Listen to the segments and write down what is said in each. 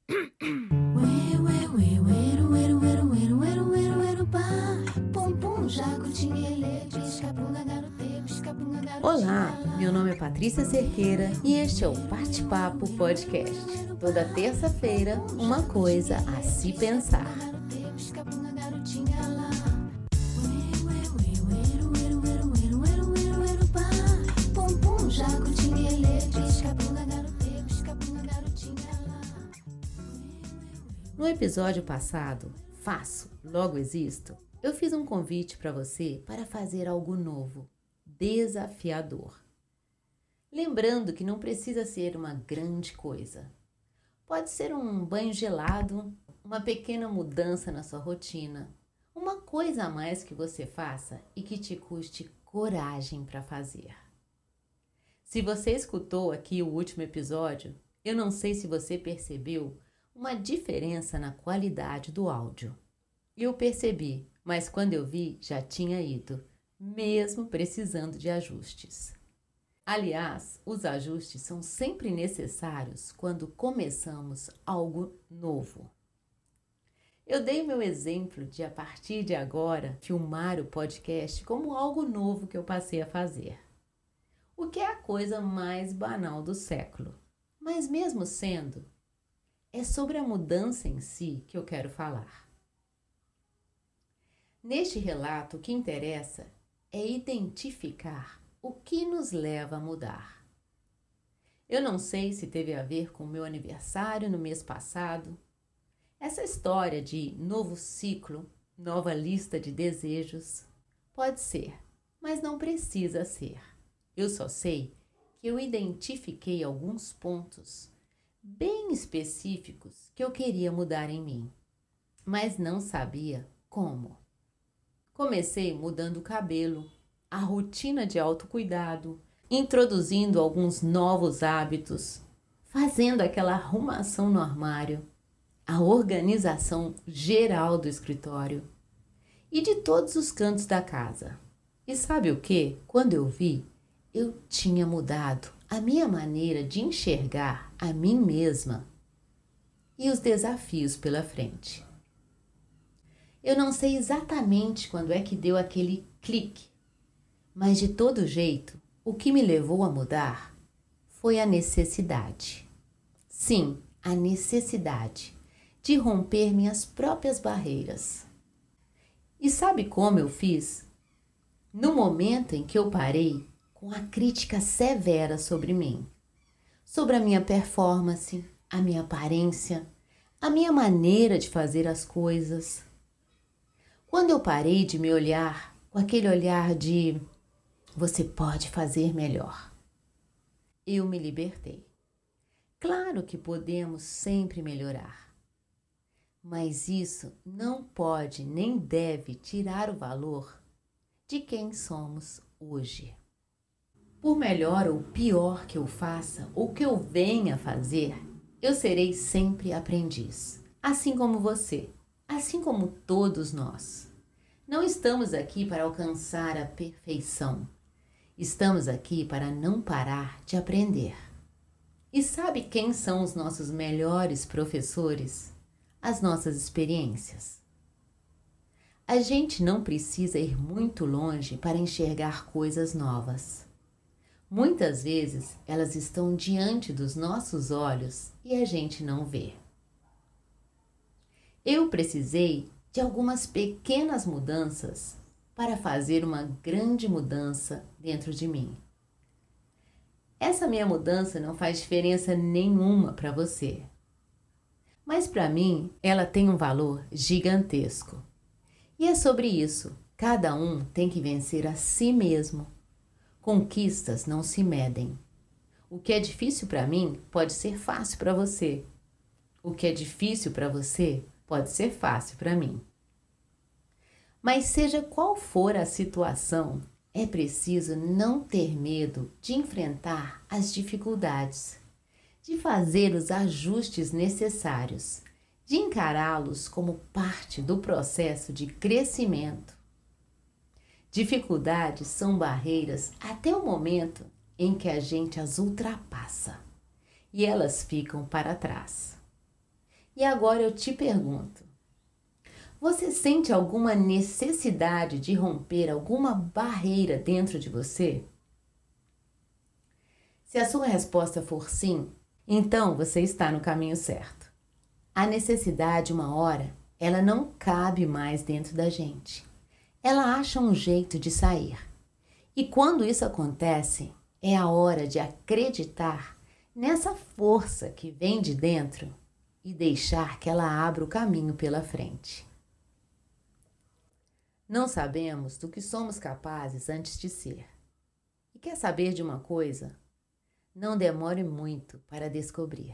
Olá, meu nome é Patrícia Cerqueira e este é o Bate-Papo Podcast. Toda terça-feira, uma coisa a se pensar. No episódio passado, Faço, Logo Existo, eu fiz um convite para você para fazer algo novo, desafiador. Lembrando que não precisa ser uma grande coisa. Pode ser um banho gelado, uma pequena mudança na sua rotina, uma coisa a mais que você faça e que te custe coragem para fazer. Se você escutou aqui o último episódio, eu não sei se você percebeu uma diferença na qualidade do áudio. Eu percebi, mas quando eu vi, já tinha ido, mesmo precisando de ajustes. Aliás, os ajustes são sempre necessários quando começamos algo novo. Eu dei meu exemplo de, a partir de agora, filmar o podcast como algo novo que eu passei a fazer. O que é a coisa mais banal do século. Mas mesmo sendo, é sobre a mudança em si que eu quero falar. Neste relato, o que interessa é identificar o que nos leva a mudar. Eu não sei se teve a ver com o meu aniversário no mês passado. Essa história de novo ciclo, nova lista de desejos, pode ser, mas não precisa ser. Eu só sei que eu identifiquei alguns pontos bem específicos que eu queria mudar em mim, mas não sabia como. Comecei mudando o cabelo, a rotina de autocuidado, introduzindo alguns novos hábitos, fazendo aquela arrumação no armário, a organização geral do escritório e de todos os cantos da casa. E sabe o que? Quando eu vi, eu tinha mudado a minha maneira de enxergar a mim mesma e os desafios pela frente. Eu não sei exatamente quando é que deu aquele clique, mas de todo jeito, o que me levou a mudar foi a necessidade. Sim, a necessidade de romper minhas próprias barreiras. E sabe como eu fiz? No momento em que eu parei com a crítica severa sobre mim, sobre a minha performance, a minha aparência, a minha maneira de fazer as coisas. Quando eu parei de me olhar com aquele olhar de você pode fazer melhor, eu me libertei. Claro que podemos sempre melhorar, mas isso não pode nem deve tirar o valor de quem somos hoje. Por melhor ou pior que eu faça ou que eu venha a fazer, eu serei sempre aprendiz, assim como você, assim como todos nós. Não estamos aqui para alcançar a perfeição, estamos aqui para não parar de aprender. E sabe quem são os nossos melhores professores? As nossas experiências. A gente não precisa ir muito longe para enxergar coisas novas. Muitas vezes elas estão diante dos nossos olhos e a gente não vê. Eu precisei de algumas pequenas mudanças para fazer uma grande mudança dentro de mim. Essa minha mudança não faz diferença nenhuma para você, mas para mim ela tem um valor gigantesco. E é sobre isso, cada um tem que vencer a si mesmo. Conquistas não se medem. O que é difícil para mim pode ser fácil para você. O que é difícil para você pode ser fácil para mim. Mas seja qual for a situação, é preciso não ter medo de enfrentar as dificuldades, de fazer os ajustes necessários, de encará-los como parte do processo de crescimento. Dificuldades são barreiras até o momento em que a gente as ultrapassa e elas ficam para trás. E agora eu te pergunto: você sente alguma necessidade de romper alguma barreira dentro de você? Se a sua resposta for sim, então você está no caminho certo. A necessidade, uma hora, ela não cabe mais dentro da gente. Ela acha um jeito de sair. E quando isso acontece, é a hora de acreditar nessa força que vem de dentro e deixar que ela abra o caminho pela frente. Não sabemos do que somos capazes antes de ser. E quer saber de uma coisa? Não demore muito para descobrir.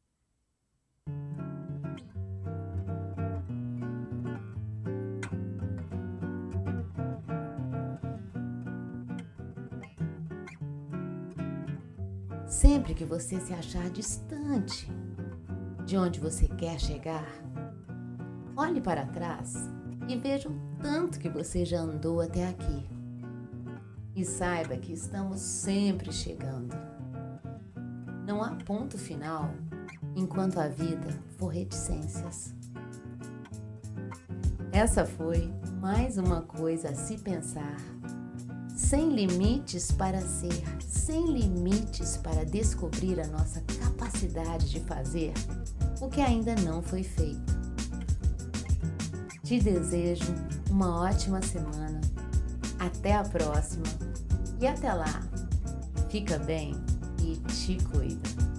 Sempre que você se achar distante de onde você quer chegar, olhe para trás e veja o tanto que você já andou até aqui. E saiba que estamos sempre chegando. Não há ponto final enquanto a vida for reticências. Essa foi mais uma coisa a se pensar. Sem limites para ser, sem limites para descobrir a nossa capacidade de fazer o que ainda não foi feito. Te desejo uma ótima semana. Até a próxima. E até lá, fica bem e te cuida.